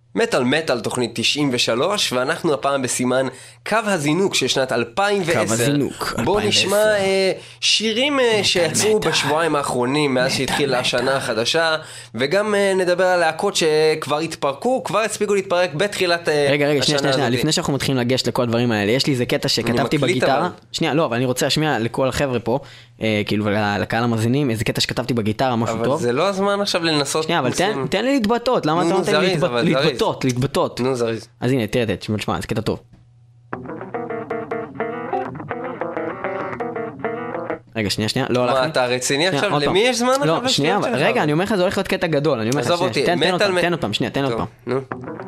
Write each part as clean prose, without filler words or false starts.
מטל מטל תוכנית 93, ואנחנו הפעם בסימן קו הזינוק של שנת 2010. קו הזינוק, בואו נשמע שירים שיצאו בשבועיים האחרונים מאז שהתחילה השנה החדשה, וגם נדבר על להקות שכבר התפרקו, כבר הספיקו להתפרק בתחילת רגע, שנייה, לפני שאנחנו מתחילים לגשת לכל הדברים האלה, יש לי איזה קטע שכתבתי בגיטרה. שנייה, לא, אבל אני רוצה להשמיע לכל החבר'ה פה, כאילו לקהל המאזינים, איזה קטע שכתבתי בגיטרה, משהו טוב. אבל זה לא הזמן עכשיו לנסות. שנייה, אבל תן לי להתבטאות, למה אתה נותן לי להתבטאות? נו, זריז. אז הנה, תראה, תשמע, זה קטע טוב. רגע, שנייה, לא הלך לי. מה, אתה רציני עכשיו? למי יש זמן? לא, שנייה, רגע, אני אומר לך, זה הולך להיות קטע גדול. עזוב אותי, תן עוד פעם, שנייה, תן עוד פעם. נו.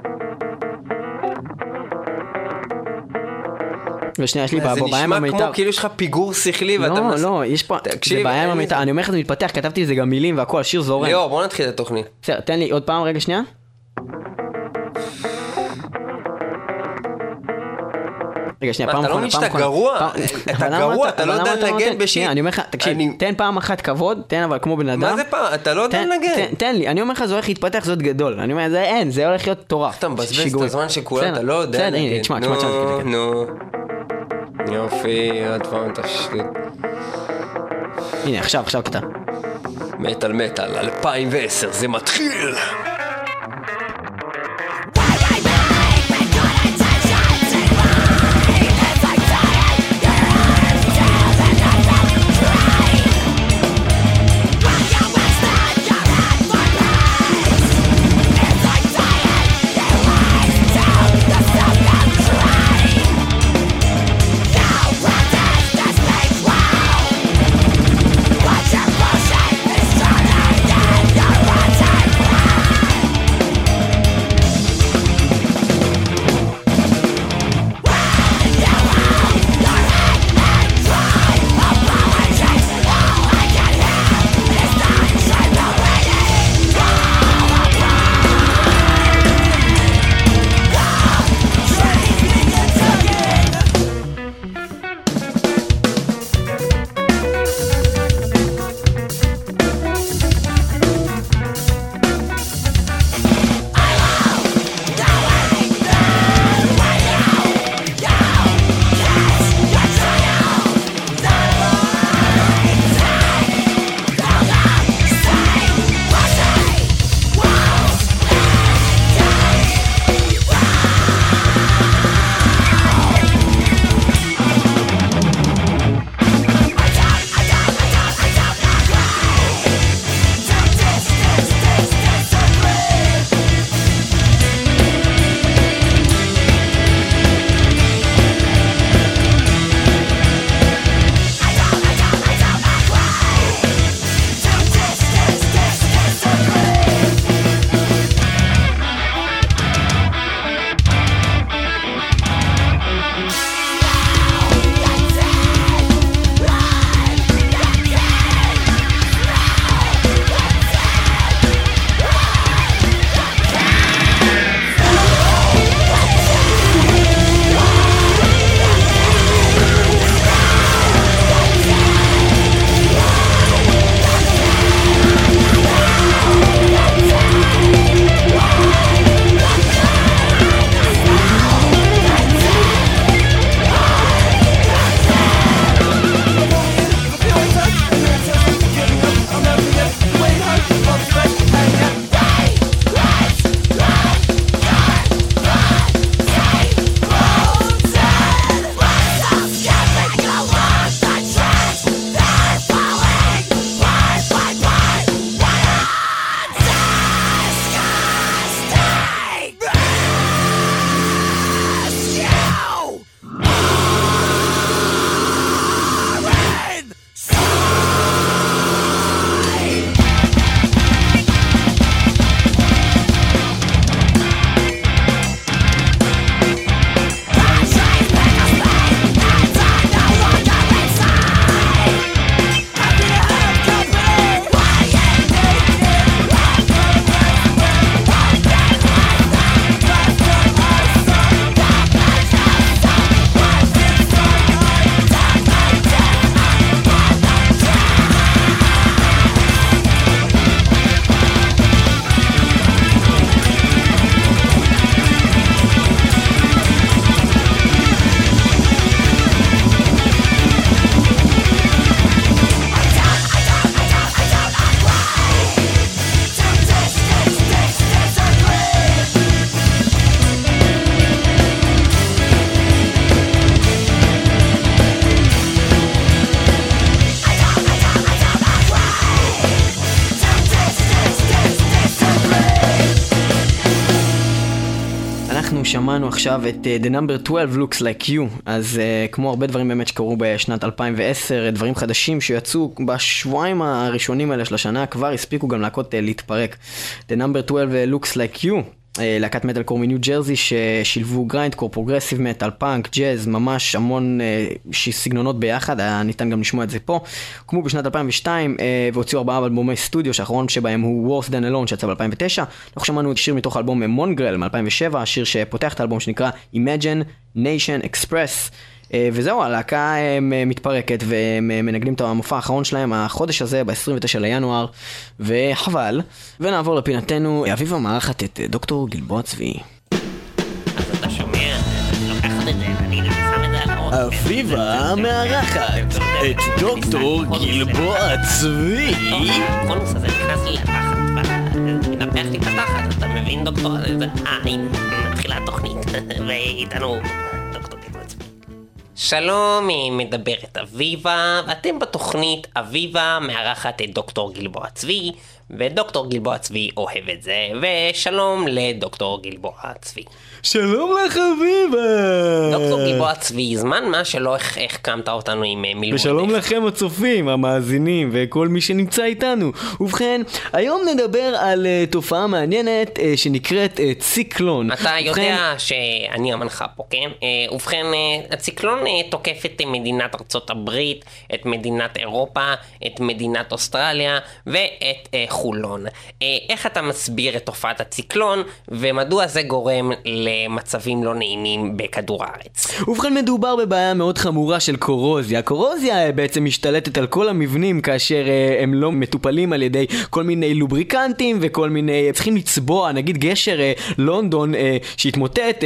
ושנייה, יש לי בעיה עם המיתר. זה נשמע כמו כאילו יש לך פיגור שכלי ואתה לא, יש פה, זה בעיה עם המיתר. אני אומר לך, זה מתפתח, כתבתי זה גם מילים והכל, השיר זורם. ליאור, בוא נתחיל את התוכנית. בסדר, תן לי עוד פעם, רגע, שנייה. רגע, שנייה, פעם אתה לא מבין שאתה גרוע? אתה גרוע, אתה לא יודע לנגן בשיט. שנייה, אני אומר לך, תקשיב, תן פעם אחת כבוד, תן אבל כמו בן אדם. מה זה פעם? אתה לא יודע לנגן. תן לי, אני אומר לך, זה הולך להתפתח, זאת גדול. אני אומר, זה אין, זה הולך להיות תורף. אתה מבזבז את הזמן שכולם, אתה לא יודע לנגן. הנה, תשמע. נו, יופי, עוד פעם תשתית. הנה, עכשיו קטע. מטל מטל, 2010, זה מתחיל! אנחנו שמענו עכשיו את The Number 12 Looks Like You. אז כמו הרבה דברים באמת שקרו בשנת 2010, דברים חדשים שיצאו בשבועיים הראשונים האלה של השנה, כבר הספיקו גם להקות להתפרק. The Number 12 Looks Like You, להקת מטל קור מניו ג'רזי ששילבו גריינד קור, פרוגרסיב מטל, פאנק, ג'אז, ממש המון סגנונות ביחד, היה ניתן גם לשמוע את זה פה. הוקמו בשנת 2002 והוציאו 4 אלבומי סטודיו, שהאחרון שבהם הוא Worse Than Alone שיצא ב-2009. אנחנו שמענו שיר מתוך האלבום מונגרל מ-2007, השיר שפותח את האלבום שנקרא Imagine Nation Express. וזהו, הלהקה מתפרקת ומנגנים את המופע האחרון שלהם החודש הזה ב-29 לינואר, וחבל. ונעבור לפינתנו, אביבה מארחת את דוקטור גלבוע צבי. אז אתה שומע, לוקחת את זה, אני שם את זה על הראש. אביבה מארחת את דוקטור גלבוע צבי. הקונוס הזה נכנס לי לתחת, ומנפח לי את התחת, אתה מבין דוקטור? הנה, מתחילה התוכנית, ואיתנו דוקטור גלבוע צבי. שלום, מדברת אביבה, ואתם בתוכנית אביבה מארחת את דוקטור גלבוע צבי, ודוקטור גלבוע צבי אוהב את זה, ושלום לדוקטור גלבוע צבי. שלום לך אביבה. דוקטור גלבוע צבי, זמן מה שלא החכמת אותנו עם מילואים. ושלום לכם הצופים, המאזינים וכל מי שנמצא איתנו. ובכן, היום נדבר על תופעה מעניינת שנקראת ציקלון. אתה יודע שאני המנחה פה, כן? ובכן, הציקלון תוקף את מדינת ארצות הברית, את מדינת אירופה, את מדינת אוסטרליה ואת חולון. איך אתה מסביר את תופעת הציקלון ומדוע זה גורם למצבים לא נעימים בכדור הארץ? ובכן, מדובר בבעיה מאוד חמורה של קורוזיה. קורוזיה בעצם משתלטת על כל המבנים כאשר הם לא מטופלים על ידי כל מיני לובריקנטים וכל מיני, צריכים לצבוע, נגיד גשר לונדון שהתמוטט,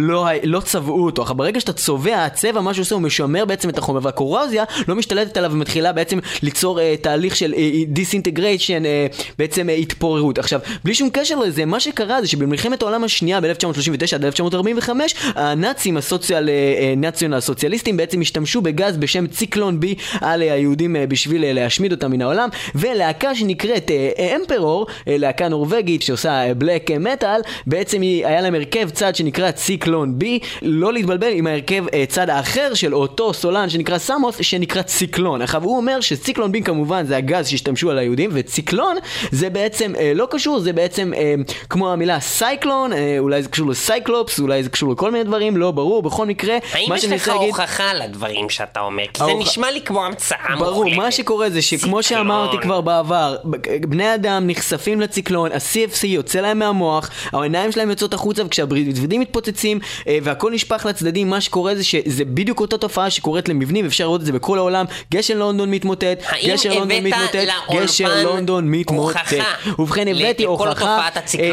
לא צבעו אותו. אך ברגע שאתה צובע, הצבע, מה שעושה הוא משמר בעצם את החומר, והקורוזיה לא משתלטת עליו ומתחילה בעצם ליצור תהליך של דיסאינטגריישן, בעצם התפוררות. עכשיו, בלי שום קשר לזה, מה שקרה זה שבמלחמת העולם השנייה ב-1939 עד 1945, הנאצים הנאציונל סוציאליסטים בעצם השתמשו בגז בשם ציקלון בי על היהודים בשביל להשמיד אותם מן העולם, ולהקה שנקראת אמפרור, להקה נורווגית שעושה בלק מטל, בעצם היה להם הרכב צד שנקרא ציקלון בי, לא להתבלבל עם ההרכב צד האחר של אותו סולן שנקרא סמוס שנקרא ציקלון. עכשיו הוא אומר שציקלון בי כמובן זה הגז שהשתמשו על היהודים, וציקלון זה בעצם לא קשור, זה בעצם כמו המילה סייקלון, אולי זה קשור לסייקלופס, אולי זה קשור לכל מיני דברים, לא ברור. בכל מקרה, האם יש לך הוכחה לדברים שאתה אומר? כי זה נשמע לי כמו המצאה מוחלטת. ברור, מה שקורה זה שכמו שאמרתי כבר בעבר, בני אדם נחשפים לציקלון, ה-CFC יוצא להם מהמוח, העיניים שלהם יוצאות החוצה, וכשהוורידים מתפוצצים והכל נשפך לצדדים, מה שקורה זה שזה בדיוק אותה תופעה שקורית למבנים, אפשר לראות את זה בכל העולם. גשר לונדון מתמוטט, גשר לונדון מתמוטט, גשר לונדון מתמוטט. ובכן, הבאתי הוכחה,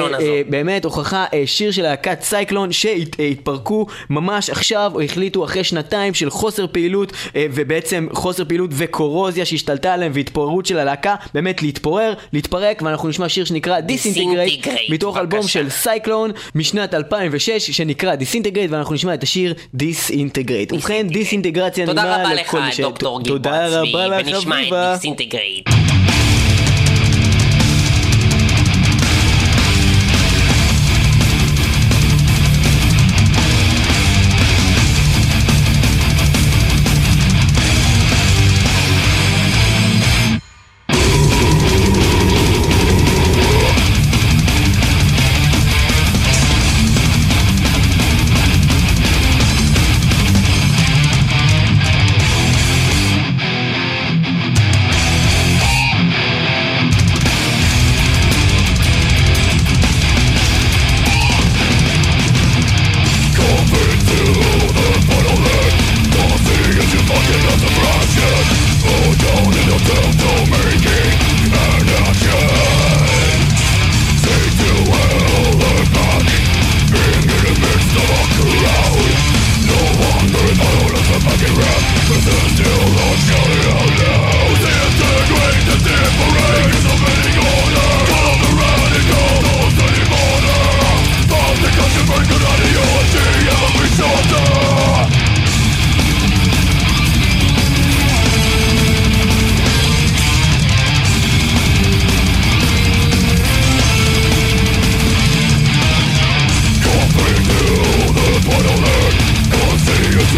באמת הוכחה, שיר של להקת סייקלון שהתפרקו ממש עכשיו, או החליטו אחרי שנתיים של חוסר פעילות, ובעצם חוסר פעילות וקורוזיה שהשתלטה עליהם, והתפוררות של הלהקה, באמת להתפרק, ואנחנו נשמע שיר שנקרא Disintegrate, מתוך אלבום של סייקלון משנת 2006 שנקרא Disintegrate, ואנחנו נשמע את השיר Disintegrate. ובכן, דיסאינטגרציה נעימה לכל מי ש... תודה רבה לך ונשמע את Disintegrate.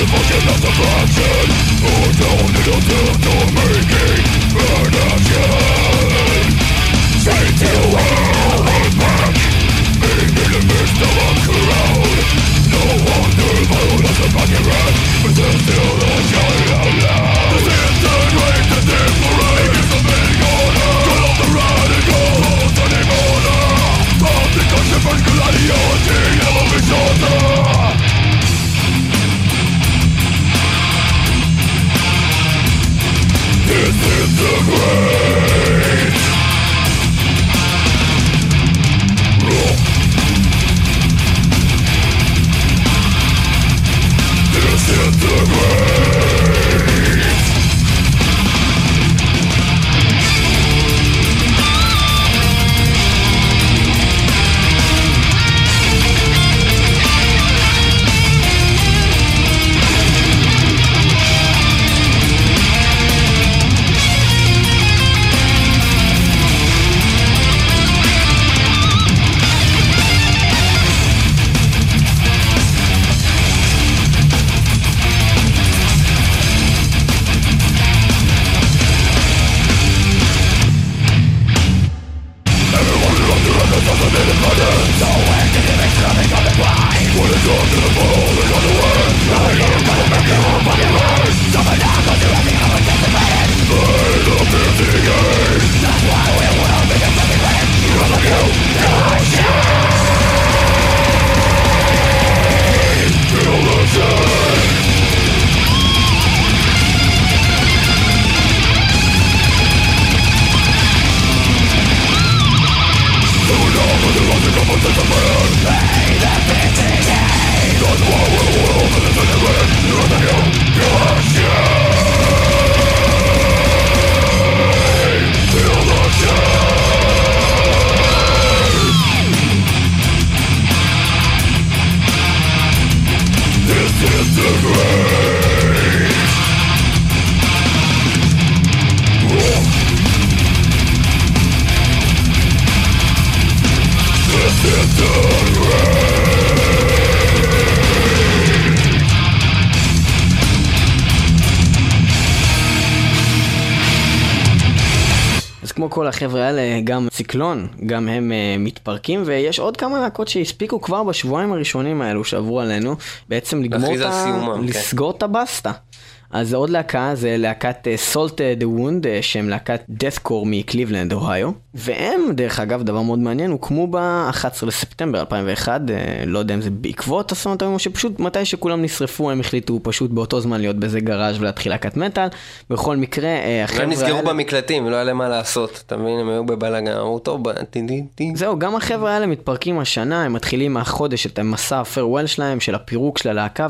כמו כל החבר'ה האלה, גם ציקלון, גם הם מתפרקים, ויש עוד כמה להקות שהספיקו כבר בשבועיים הראשונים האלו שעברו עלינו, בעצם לסגור את הבסטה. אז עוד להקה, זה להקת Salt the Wound, שהם להקת דאת'קור מקליבלנד, אוהיו. והם, דרך אגב, דבר מאוד מעניין, הוקמו ב-11 לספטמבר 2001, לא יודע אם זה בעקבות אסונות היום, או שפשוט מתי שכולם נשרפו, הם החליטו פשוט באותו זמן להיות בזה גראז' ולהתחיל להקת מטל. בכל מקרה, החבר'ה האלה... נסגרו במקלטים, לא היה להם מה לעשות. אתה מבין, הם היו בבלגן, אמרו טוב, זהו, גם החבר'ה האלה מתפרקים השנה, הם מתחילים מהחודש את המסע הפרוול שלהם, של הפירוק של הלהקה,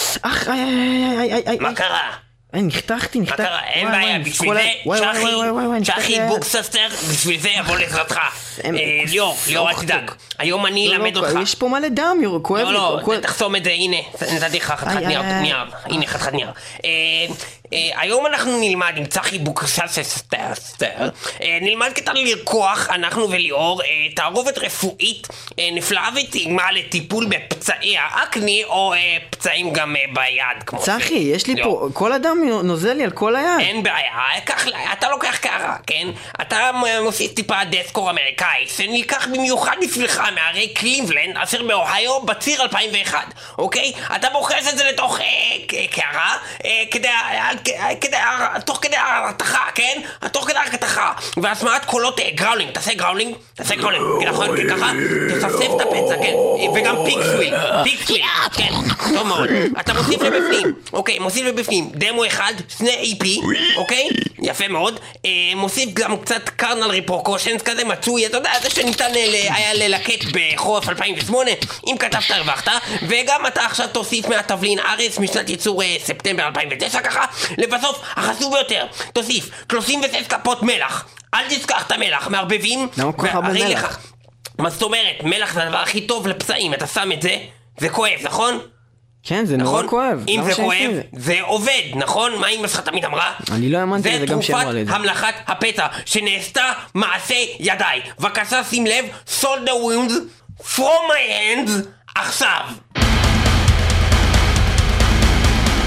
מה קרה? נחתכתי. מה קרה? אין בעיה, בשביל זה, צ'חי בוקססטר, בשביל זה יבוא לעזרתך. ליאור, אל תדאג. היום אני אלמד אותך. יש פה מלא דם, כואב לי. לא, תחסום את זה, הנה, נתתי לך חתיכת נייר. הנה, חתיכת נייר. היום אנחנו נלמד עם צחי בוקססטר, נלמד כיצד לרקוח, אנחנו וליאור, תערובת רפואית נפלאה וטעימה לטיפול בפצעי האקני, או פצעים גם ביד. צחי, יש לי פה, כל אדם נוזל לי על כל היד. אין בעיה, אתה לוקח קערה, כן? אתה מוסיף טיפה דאת'קור אמריקאי, שנלקח במיוחד בשבילך מהרי קליבלנד, אשר באוהיו בציר 2001, אוקיי? אתה בוחס את זה לתוך קערה, תוך כדי הרתחה, כן? תוך כדי הרתחה, והשמעת קולות גראולינג, תעשה גראולינג, נכון, ככה, תספסף את הפצע, כן? וגם פיק סוויל, כן, טוב מאוד. אתה מוסיף לבפנים, אוקיי, דמו אחד, 2 EP, אוקיי? יפה מאוד. מוסיף גם קצת קרנל ריפרוקושנס כזה מצוי, אתה יודע, זה שניתן היה ללקט בחורף 2008, אם כתבת הרווחת, וגם אתה עכשיו תוסיף מהטבלין ארץ משנת ייצור ספטמבר 2009 ככה, לבסוף, החשוב ביותר, תוסיף 36 כפות מלח, אל תשכח את המלח, מערבבים, והרי לך, מה זאת אומרת, מלח זה הדבר הכי טוב לפצעים, אתה שם את זה, זה כואב, נכון? כן, זה נורא כואב. אם זה כואב, זה עובד, נכון? מה אמא שלך תמיד אמרה? אני לא האמנתי לזה גם שאמרה לי את זה. זה תרופת המלחת הפצע, שנעשתה מעשה ידיי. בבקשה שים לב, Salt the Wound from my hands, עכשיו.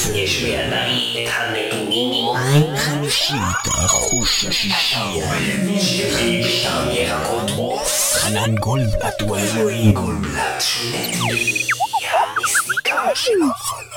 יש בידי את הנתונים עין חמישית, החוש השישי, שלי בטעם ירקות עוף. חנן גולדבלט הוא האלוהים. גולדבלט שולט בי, המיסטיקה של החלום.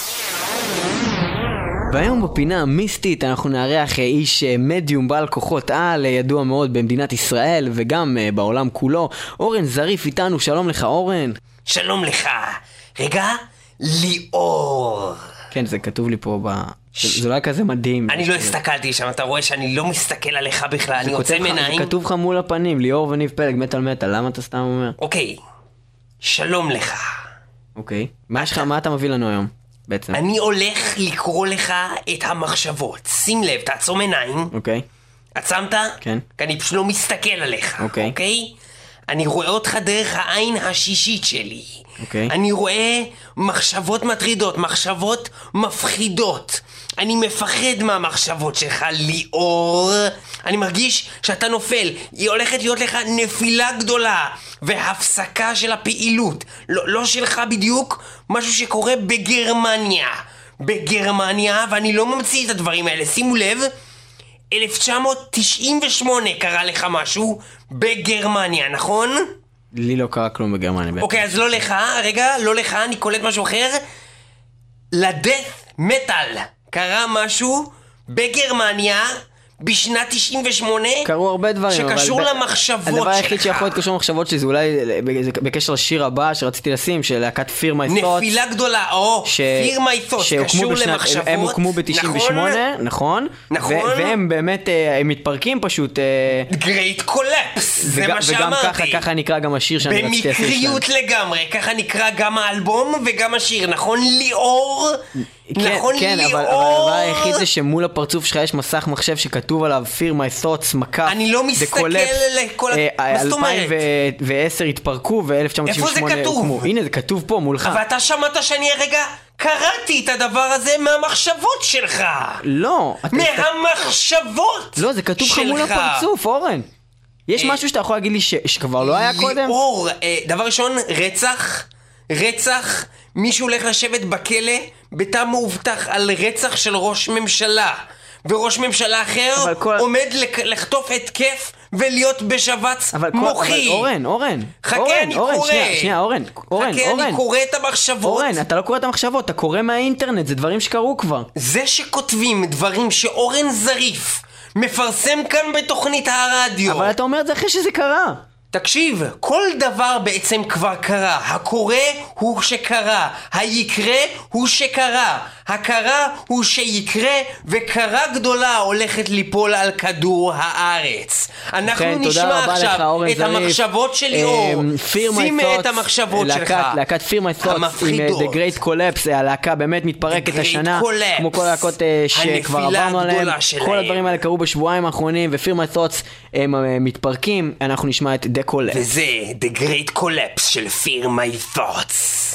והיום בפינה המיסטית אנחנו נארח איש מדיום בעל כוחות על, ידוע מאוד במדינת ישראל וגם בעולם כולו. אורן זריף איתנו, שלום לך אורן. שלום לך. רגע, ליאור. כן, זה כתוב לי פה זה לא היה כזה מדהים. אני לא הסתכלתי שם, אתה רואה שאני לא מסתכל עליך בכלל, אני יוצא מעיניים. זה כתוב לך מול הפנים, ליאור וניב פלג, מטל מטל, למה אתה סתם אומר? אוקיי, שלום לך. אוקיי, מה יש לך, מה אתה מביא לנו היום בעצם? אני הולך לקרוא לך את המחשבות. שים לב, תעצום עיניים. אוקיי. עצמת? כן. כי אני פשוט לא מסתכל עליך. אוקיי. אני רואה אותך דרך העין השישית שלי. אוקיי. אני רואה מחשבות מטרידות, מחשבות מפחידות. אני מפחד מהמחשבות שלך, ליאור. אני מרגיש שאתה נופל. היא הולכת להיות לך נפילה גדולה והפסקה של הפעילות. לא שלך בדיוק, משהו שקורה בגרמניה. בגרמניה, ואני לא ממציא את הדברים האלה. שימו לב, 1998 קרה לך משהו בגרמניה, נכון? לי לא קרה כלום בגרמניה. אוקיי, אז לא לך, רגע, לא לך, אני קולט משהו אחר. לדף מטל קרה משהו בגרמניה בשנת 98. קרו הרבה דברים, שקשור למחשבות שלך. הדבר היחיד שיכול להיות קשור למחשבות שלי זה אולי בקשר לשיר הבא שרציתי לשים, של להקת Fear My Thoughts. נפילה גדולה, Fear My Thoughts, קשור למחשבות. הם הוקמו ב-98, נכון? והם באמת, הם מתפרקים פשוט. Great Collapse, זה מה שאמרתי. וגם ככה נקרא גם השיר שאני רציתי לשים שלהם. במקריות לגמרי, ככה נקרא גם האלבום וגם השיר, נכון ליאור? נכון כן, ליאור? אבל הדבר היחיד זה שמול הפרצוף שלך יש מסך מחשב שכתוב עליו Fear My Thoughts, מקף, אני לא מסתכל לכל... מה זאת אומרת? 2010 התפרקו ו-1998 איפה זה כתוב? הנה, זה כתוב פה מולך. ואתה שמעת שאני רגע קראתי את הדבר הזה מהמחשבות שלך. לא. מהמחשבות שלך. לא, זה כתוב לך מול הפרצוף, אורן. יש משהו שאתה יכול להגיד לי שכבר לא היה קודם? ליאור, דבר ראשון, רצח, מישהו הולך לשבת בכלא בתא מאובטח על רצח של ראש ממשלה, וראש ממשלה אחר עומד לחטוף התקף ולהיות בשבץ מוחי. אבל אורן, חכה, אני קורא. שנייה, אורן. חכה, אני קורא את המחשבות. אורן, אתה לא קורא את המחשבות, אתה קורא מהאינטרנט, זה דברים שקרו כבר. זה שכותבים דברים שאורן זריף מפרסם כאן בתוכנית הרדיו. אבל אתה אומר את זה אחרי שזה קרה. תקשיב, כל דבר בעצם כבר קרה. הקורה הוא שקרה, היקרה הוא שקרה, הקרה הוא שיקרה, וקרה גדולה הולכת ליפול על כדור הארץ. אנחנו נשמע עכשיו את המחשבות של ליאור. שים את המחשבות שלך. להקת Fear My Thoughts עם The Great Collapse, הלהקה באמת מתפרקת השנה, כמו כל הלהקות שכבר עברנו עליהן. כל הדברים האלה קרו בשבועיים האחרונים, ו-Fear My Thoughts הם מתפרקים. אנחנו נשמע את The Collapse. וזה The Great Collapse של Fear My Thoughts.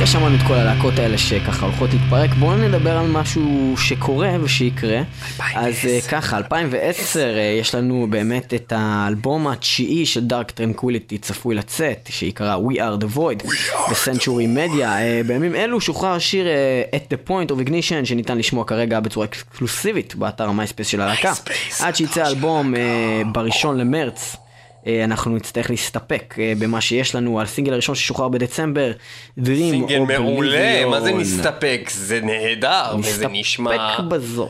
אחרי שמענו את כל הלהקות האלה שככה הולכות להתפרק, בואו נדבר על משהו שקורה ושיקרה. 2010. אז ככה, 2010 יש לנו באמת את האלבום התשיעי של Dark Tranquillity צפוי לצאת, שיקרא We Are The Void ב-Century Media. בימים אלו שוחרר השיר At The Point of Ignition, שניתן לשמוע כרגע בצורה אקסקלוסיבית באתר המייספייס של הלהקה. עד שיצא האלבום בראשון למרץ, אנחנו נצטרך להסתפק במה שיש לנו על סינגל הראשון ששוחרר בדצמבר, Dream סינגל of מעולה, Oblivion. מה זה נסתפק? זה נהדר, וזה נשמע... נסתפק בזאת.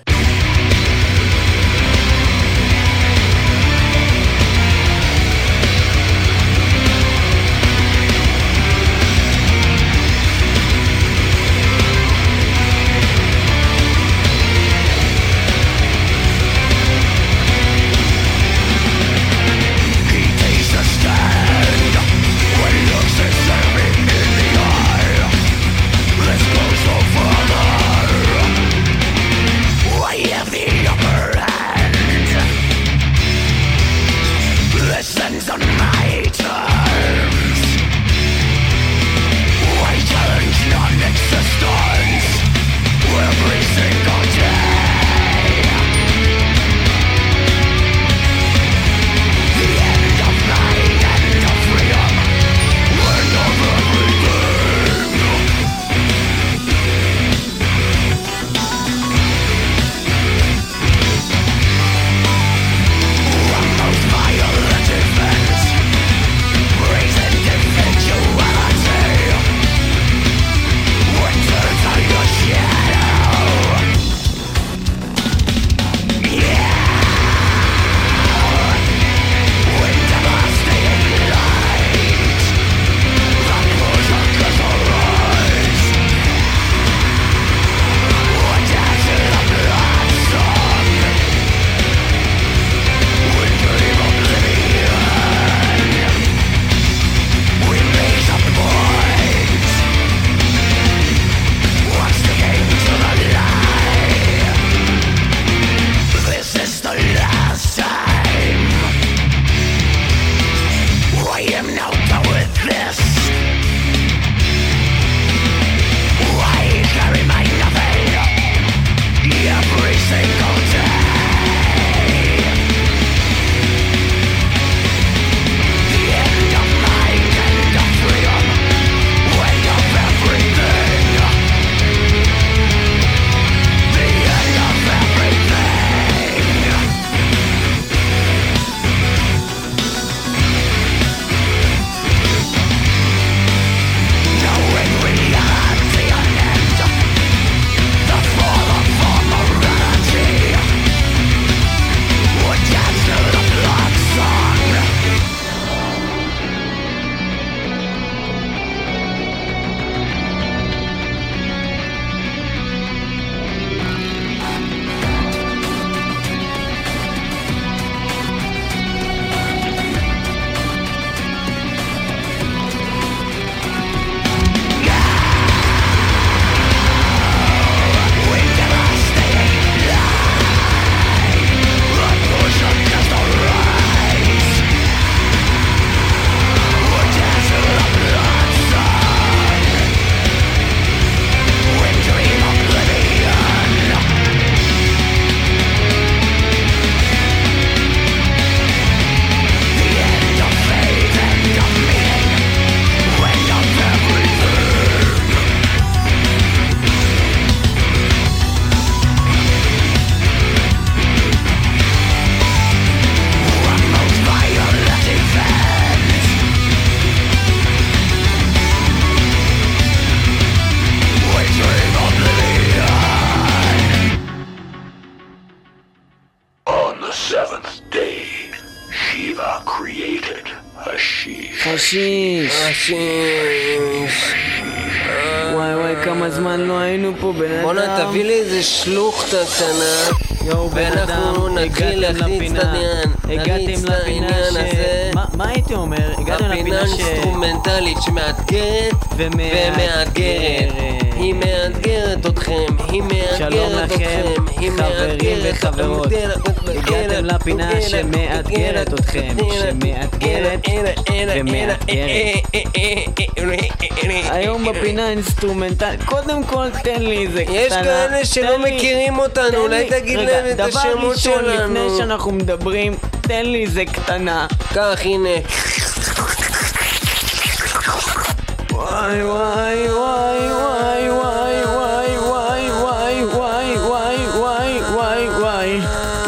חשיש. וואי, כמה זמן לא היינו פה, בן אדם. בוא'נה, תביא לי איזה שלוחתה קטנה, ואנחנו נתחיל להכניס את העניין. הגעתם לפינה מה הייתי אומר? הגעתם לפינה אינסטרומנטלית שמאתגרת ומאתגרת. היא מאתגרת אתכם, היא שלום מאתגרת לכם, אתכם, היא חברים וחברות. הגעתם לפינה שמאתגרת אתכם, שמאתגרת ומאתגרת. היום בפינה אינסטרומנטלית, קודם כל תן לי איזה קטנה. יש כאלה שלא מכירים אותנו, אולי תגיד להם את השמות שלנו. דבר ראשון, לפני שאנחנו מדברים, תן לי איזה קטנה. כך, הנה. וואי וואי וואי וואי וואי וואי וואי וואי וואי וואי וואי וואי.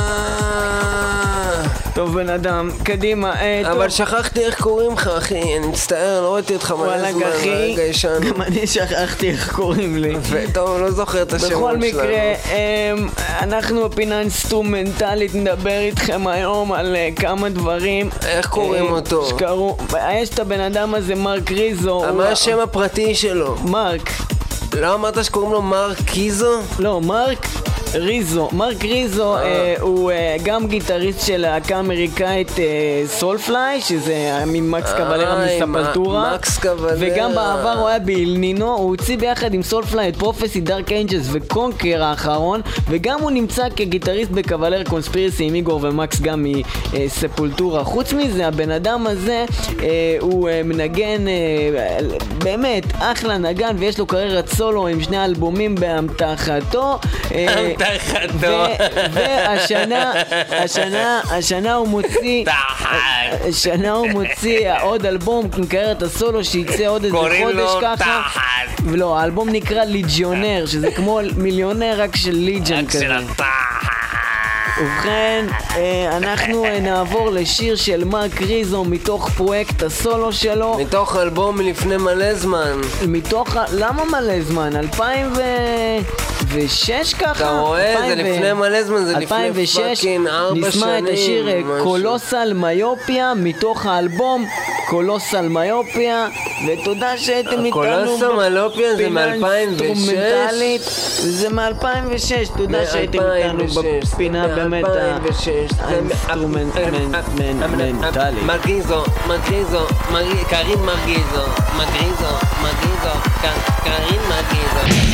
טוב בן אדם, קדימה, אבל שכחתי איך קוראים לך, אחי, אני מצטער, לא ראיתי אותך מלא זמן, רגע ישן. גם אני שכחתי איך קוראים לי. טוב, לא זוכר את השמות שלנו. בכל מקרה, אנחנו בפינה אינסטרומנטלית נדבר איתכם היום על כמה דברים. איך קוראים אותו? שקרו, יש את הבן אדם הזה, מרק ריזו. מה השם הפרטי שלו? מרק. לא אמרת שקוראים לו מרק קיזו? לא, מרק ריזו. מרק ריזו הוא גם גיטריסט של להקה אמריקאית סולפליי, שזה ממקס קוולרה מספלטורה. מקס קוולרה. וגם בעבר הוא היה באילנינו. הוא הוציא ביחד עם סולפליי את פרופסי, דארק אנג'לס וקונקר האחרון, וגם הוא נמצא כגיטריסט בקוולרה קונספירסי עם איגור ומקס גם מספולטורה. חוץ מזה, הבן אדם הזה הוא מנגן באמת אחלה נגן, ויש לו קריירת סולו עם 2 אלבומים באמתחתו. והשנה הוא מוציא עוד אלבום קריירת הסולו שיצא עוד איזה חודש ככה. ולא, האלבום נקרא ליג'יונר, שזה כמו מיליונר רק של ליג'ן כזה. ובכן, אנחנו נעבור לשיר של מרק ריזו מתוך פרויקט הסולו שלו, מתוך אלבום מלפני מלא זמן. למה מלא זמן? 2006 ככה? אתה רואה? זה לפני מלא זמן, זה לפני פאקינג 4 שנים. נשמע את השיר קולוסל מיופיה מתוך האלבום קולוסל מיופיה, ותודה שהייתם איתנו. קולוסל מיופיה זה מ-2006? זה מ-2006, תודה שהייתם איתנו בפינה באמת האינסטרומנטלית. מרגיזו, קרין מרגיזו, קרין מרגיזו.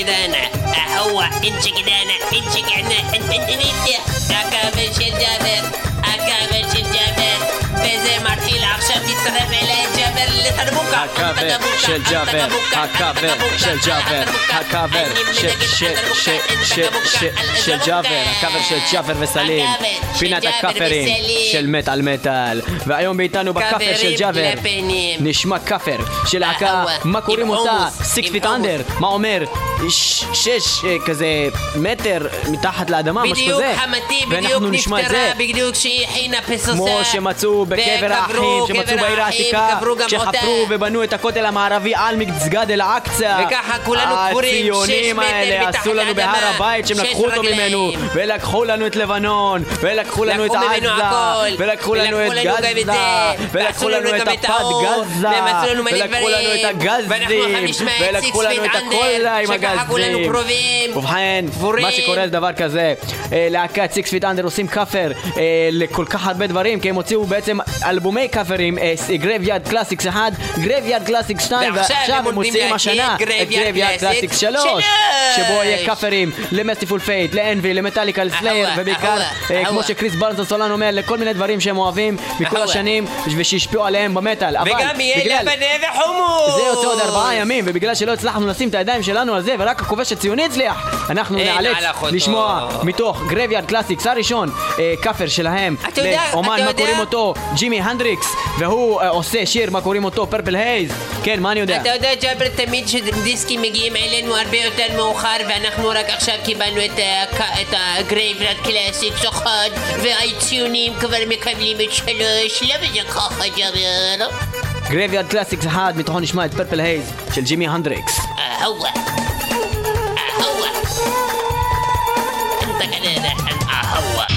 كده انا هو انت كده انا انت كده انت اكابر של ג'אבר اكابر של ג'אבר וזה מתחיל עכשיו תצטרף אליי ג'אבר לתרבוקה הקאבר של ג'אבר, הקאבר של ג'אבר, הקאבר של ג'אבר, הקאבר של ג'אבר וסלים, פינת הקאפרים של מטל מטל. והיום באיתנו בקאפר של ג'אבר נשמע קאפר של להקה, מה קוראים אותה? 6 feet under, מה אומר? 6 כזה מטר מתחת לאדמה, משהו כזה. ואנחנו נשמע את זה בדיוק שהיא חינה פסוסה כמו שמצאו בקבר האחים, שמצאו בעיר העתיקה, שחפרו ובנו את הכותל המערבי על מסגד אל-אקצא. וככה כולנו קבורים 6 הציונים מטר האלה מתחת עשו לנו בהר לאדמה, הבית שהם 6 לקחו אותו רגליים. ממנו, ולקחו לנו את לבנון, ולקחו לנו את לקחו ממנו עזה, הכל, ולקחו לנו את ולקחו לנו גם את גזה, זה, ולקחו ועשו לנו לנו את גם את הפת האור, גזה, והם עשו לנו מלא ולקחו לנו את דברים, ואנחנו הגזים, עכשיו נשמע את ולקחו 6 לנו feet את under, הכל עם שככה כולנו הגזים. קרובים, ובכן, קבורים. מה שקורה זה דבר כזה, להקת 6 feet under עושים קאפר לכל כך הרבה דברים, כי הם הוציאו בעצם אלבומי קאפרים, Graveyard Classics 1, Graveyard Classics 2, ועכשיו ועכשיו הם הם עומדים מוציאים להקליט השנה את Graveyard Graveyard Classics Classics 3, 3, שבו יהיה קאפרים למסטיפול פייט, לאנבי, למטאליקה, לסלייר, אהווה, ובעיקר, אהווה. כמו שקריס ברנס הסולן אומר, לכל מיני דברים שהם אוהבים מכל אהווה. השנים, ושהשפיעו עליהם במטאל. אבל וגם יהיה בגלל- לבנה וחומוס. זה יוצא עוד 4 ימים, ובגלל שלא הצלחנו לשים את הידיים שלנו על זה, ורק הכובש הציוני הצליח, אנחנו אין נאלץ הלך אותו. לשמוע מתוך Graveyard Classics הראשון, קאפר שלהם, אתה יודע, לאומן אתה מה יודע? קוראים אותו, ג'ימי הנדריקס, והוא עושה שיר מה קוראים אותו, פרפל הייז. כן, מה אני יודע? אתה יודע ג'אבר, תמיד שדיסקים מגיעים אלינו הרבה יותר מאוחר, ואנחנו רק עכשיו קיבלנו את ה-Graveyard Classics 1, והציונים כבר מקבלים את 3, למה זה ככה ג'אבר? Graveyard Classics 1, מתוכו נשמע את פרפל הייז של ג'ימי הנדריקס. هو انت كده هو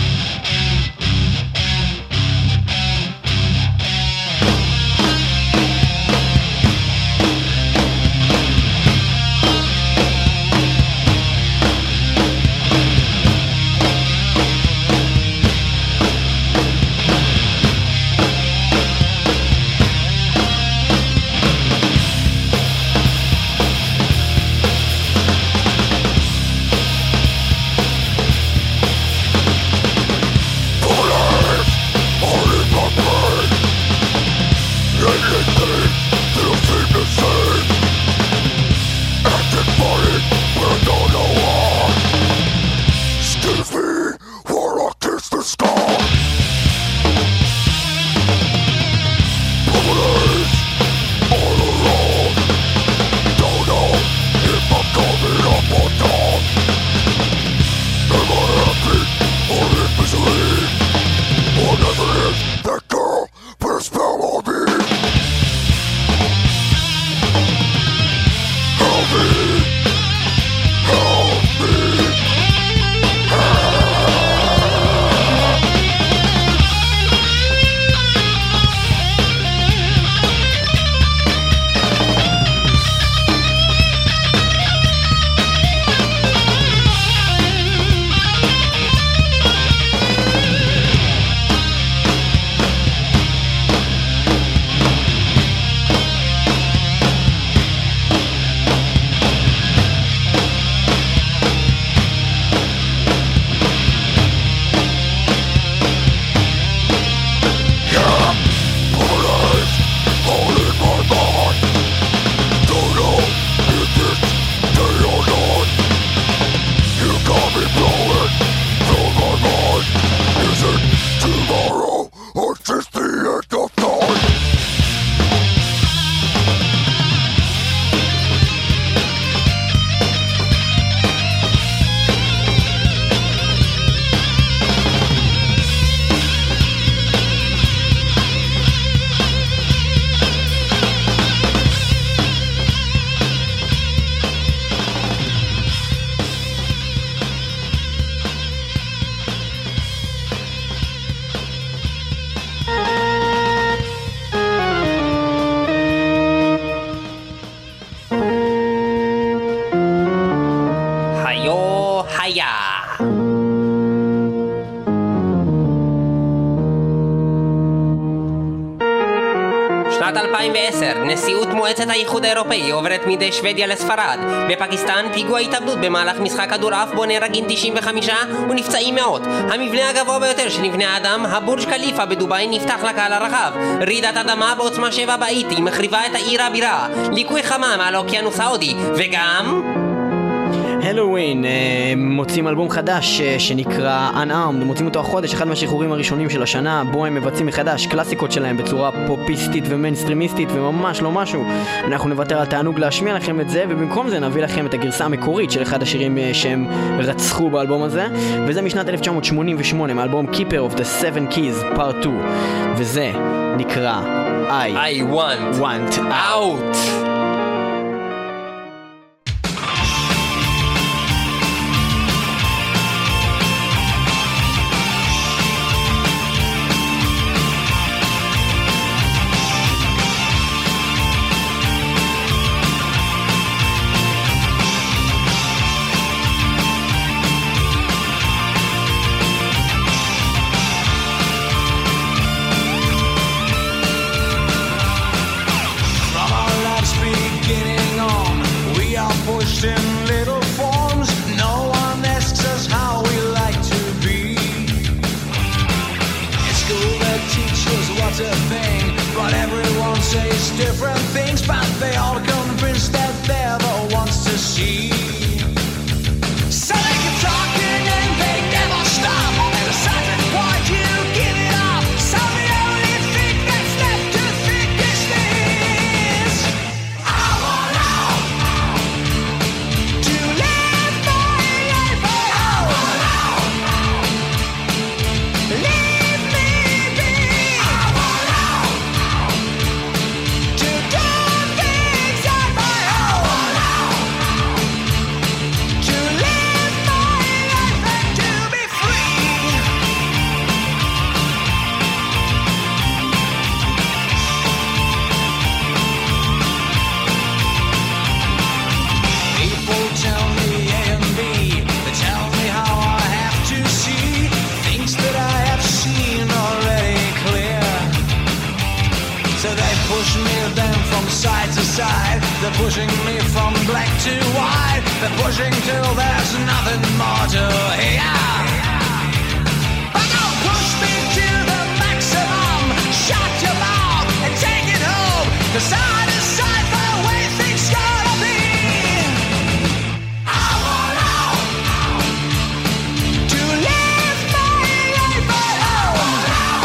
2010, נשיאות מועצת האיחוד האירופאי עוברת מידי שוודיה לספרד. בפקיסטן פיגוע התאבדות במהלך משחק כדורעף בו נהרגים 95 ונפצעים מאות. המבנה הגבוה ביותר של מבני האדם, הבורג' קליפה בדובאי, נפתח לקהל הרחב. רעידת אדמה בעוצמה 7 בהאיטי מחריבה את העיר הבירה. ליקוי חמה מעל האוקיינוס ההודי. וגם הלואוין מוצאים אלבום חדש שנקרא Unarmed, מוצאים אותו החודש, אחד מהשחרורים הראשונים של השנה, בו הם מבצעים מחדש קלאסיקות שלהם בצורה פופיסטית ומיינסטרימיסטית וממש לא משהו. אנחנו נוותר על תענוג להשמיע לכם את זה, ובמקום זה נביא לכם את הגרסה המקורית של אחד השירים שהם רצחו באלבום הזה, וזה משנת 1988 מהאלבום Keeper of the Seven Keys Part 2, וזה נקרא I want out. Different things, but they all convinced that they're the ones to see. So they keep talking and they never stop. At a certain point you give it up. So the only thing that's left to think is this: I want out to live my life. I want out. Leave me be. I want out. To do things on my own. To live my life and to be free. People tell me A and B. They tell me how I have to see things that I have seen already clear. So they push me then from side to side. They're pushing me from black to white. They're pushing till there's nothing more to hear. But don't push me to the maximum. Shut your mouth and take it home. 'Cause I decide the way things gotta be. I want out to live my life alone.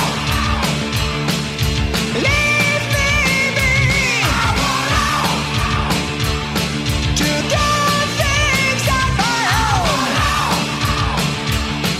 Leave me be. I want out to do things on my own.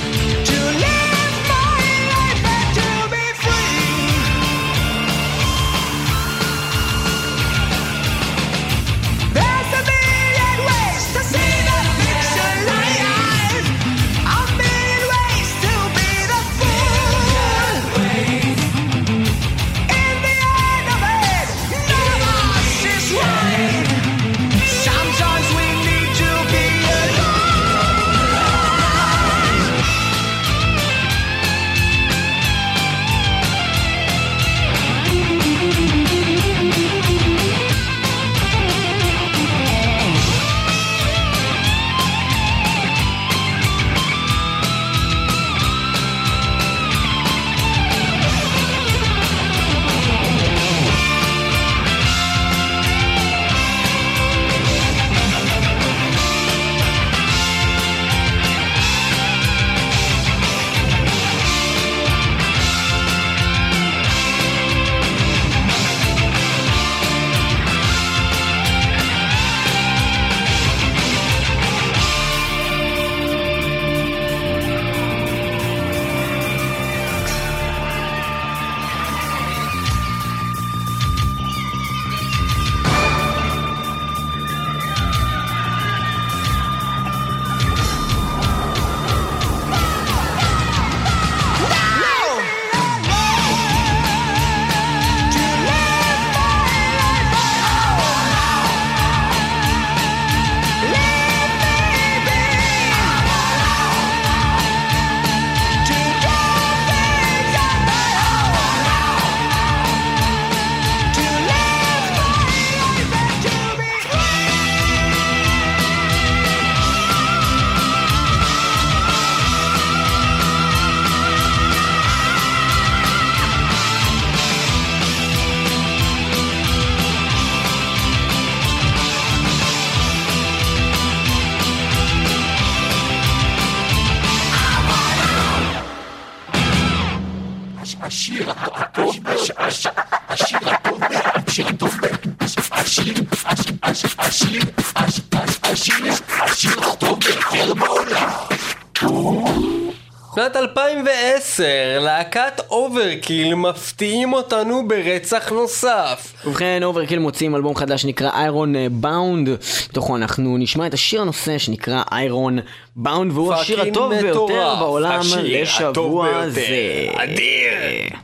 שנת 2010, להקת אוברקיל מפתיעים אותנו ברצח נוסף. ובכן, אוברקיל מוצאים אלבום חדש שנקרא איירון באונד. בתוכו אנחנו נשמע את השיר הנושא שנקרא איירון באונד, והוא השיר הטוב ביותר בעולם לשבוע זה. אדיר.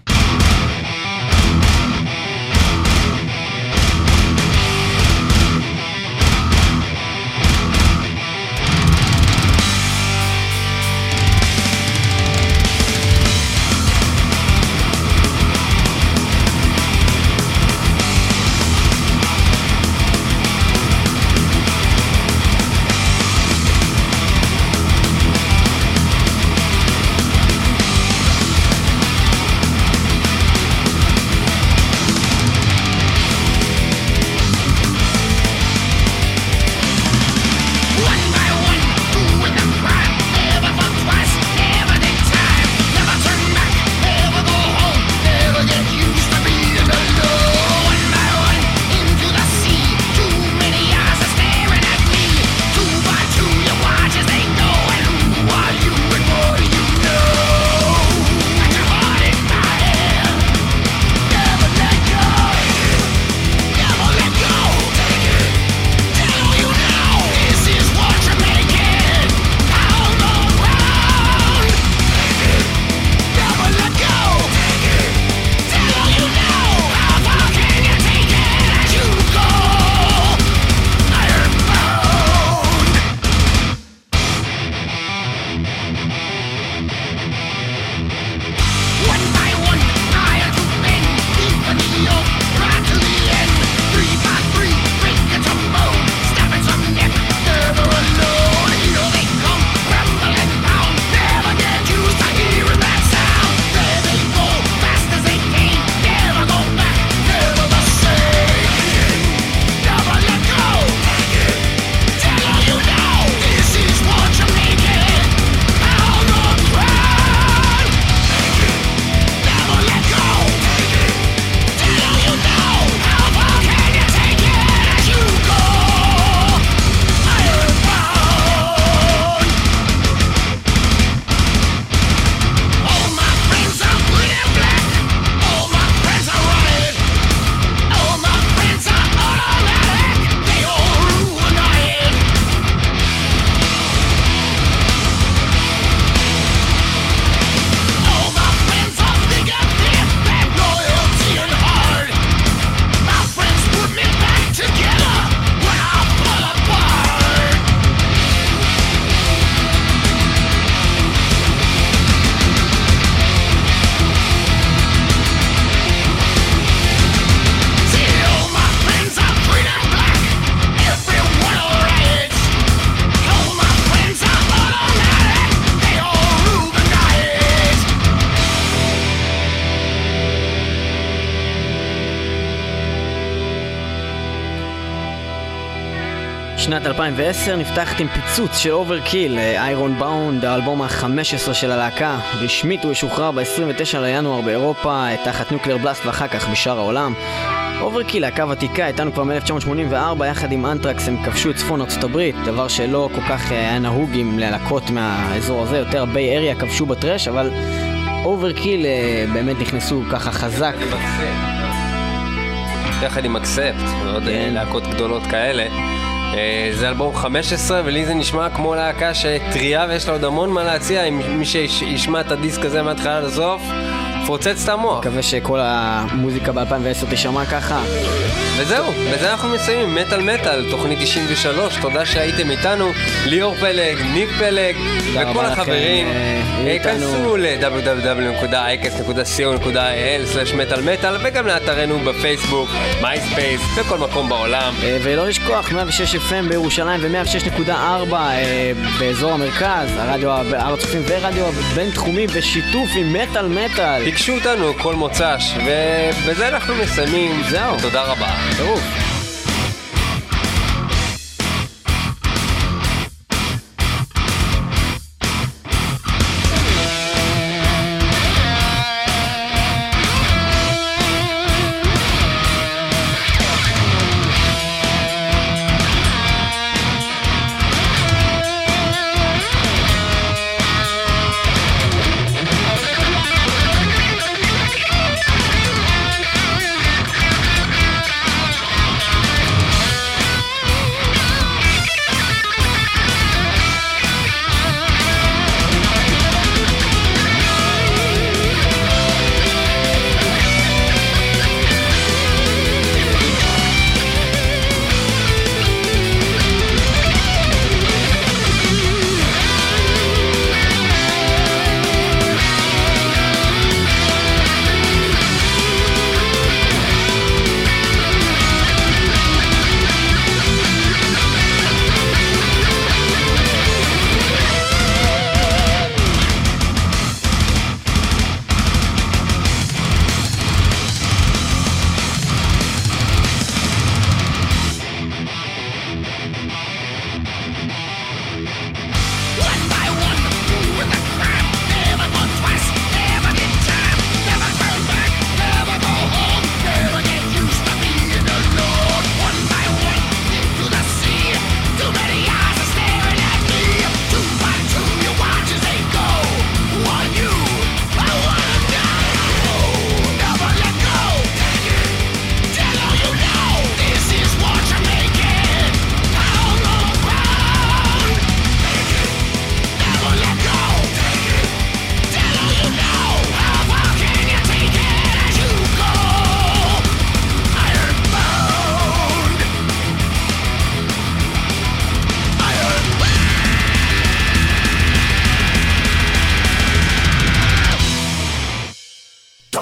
שנת 2010 נפתחת עם פיצוץ של אוברקיל, איירון באונד, האלבום ה-15 של הלהקה. רשמית הוא ישוחרר ב-29 לינואר באירופה, תחת נוקלר בלאסט ואחר כך בשאר העולם. אוברקיל, להקה ותיקה, איתנו כבר מ-1984, יחד עם אנטרקס הם כבשו את צפון ארצות הברית, דבר שלא כל כך היה נהוג עם להקות מהאזור הזה, יותר ביי אריה כבשו בטרש, אבל אוברקיל באמת נכנסו ככה חזק. יחד עם אקספט, ועוד להקות גדולות כאלה. זה אלבום 15, ולי זה נשמע כמו להקה שטריה ויש לה עוד המון מה להציע. אם מי שישמע את הדיסק הזה מהתחלה לסוף פרוצץ את המוח. מקווה שכל המוזיקה ב-2010 תשמע ככה. וזהו, בזה אנחנו מסיימים מטל מטל, תוכנית 93. תודה שהייתם איתנו, ליאור פלג, ניק פלג וכל החברים. כנסו ל-www.icast.co.il/מטל-מטל וגם לאתרנו בפייסבוק, מייספייס וכל מקום בעולם. ולא לשכוח 106 FM בירושלים ו106.4 באזור המרכז, הרדיו בארץ צופים ורדיו בין תחומי בשיתוף עם מטל מטל. תקשו אותנו כל מוצ"ש, ובזה אנחנו מסיימים. זהו. תודה רבה. טירוף.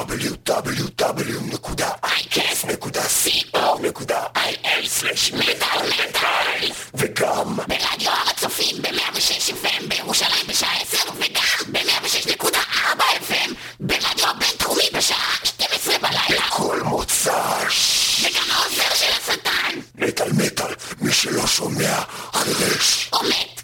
www.icast.co.il/מטל וגם ברדיו הר הצופים ב-106 FM בירושלים בשעה 10 וגם ב-106.4 FM ברדיו הבינתחומי בשעה 12 בלילה כל מוצ"ש וגם העוזר של השטן מטל, מי שלא שומע חירש או מת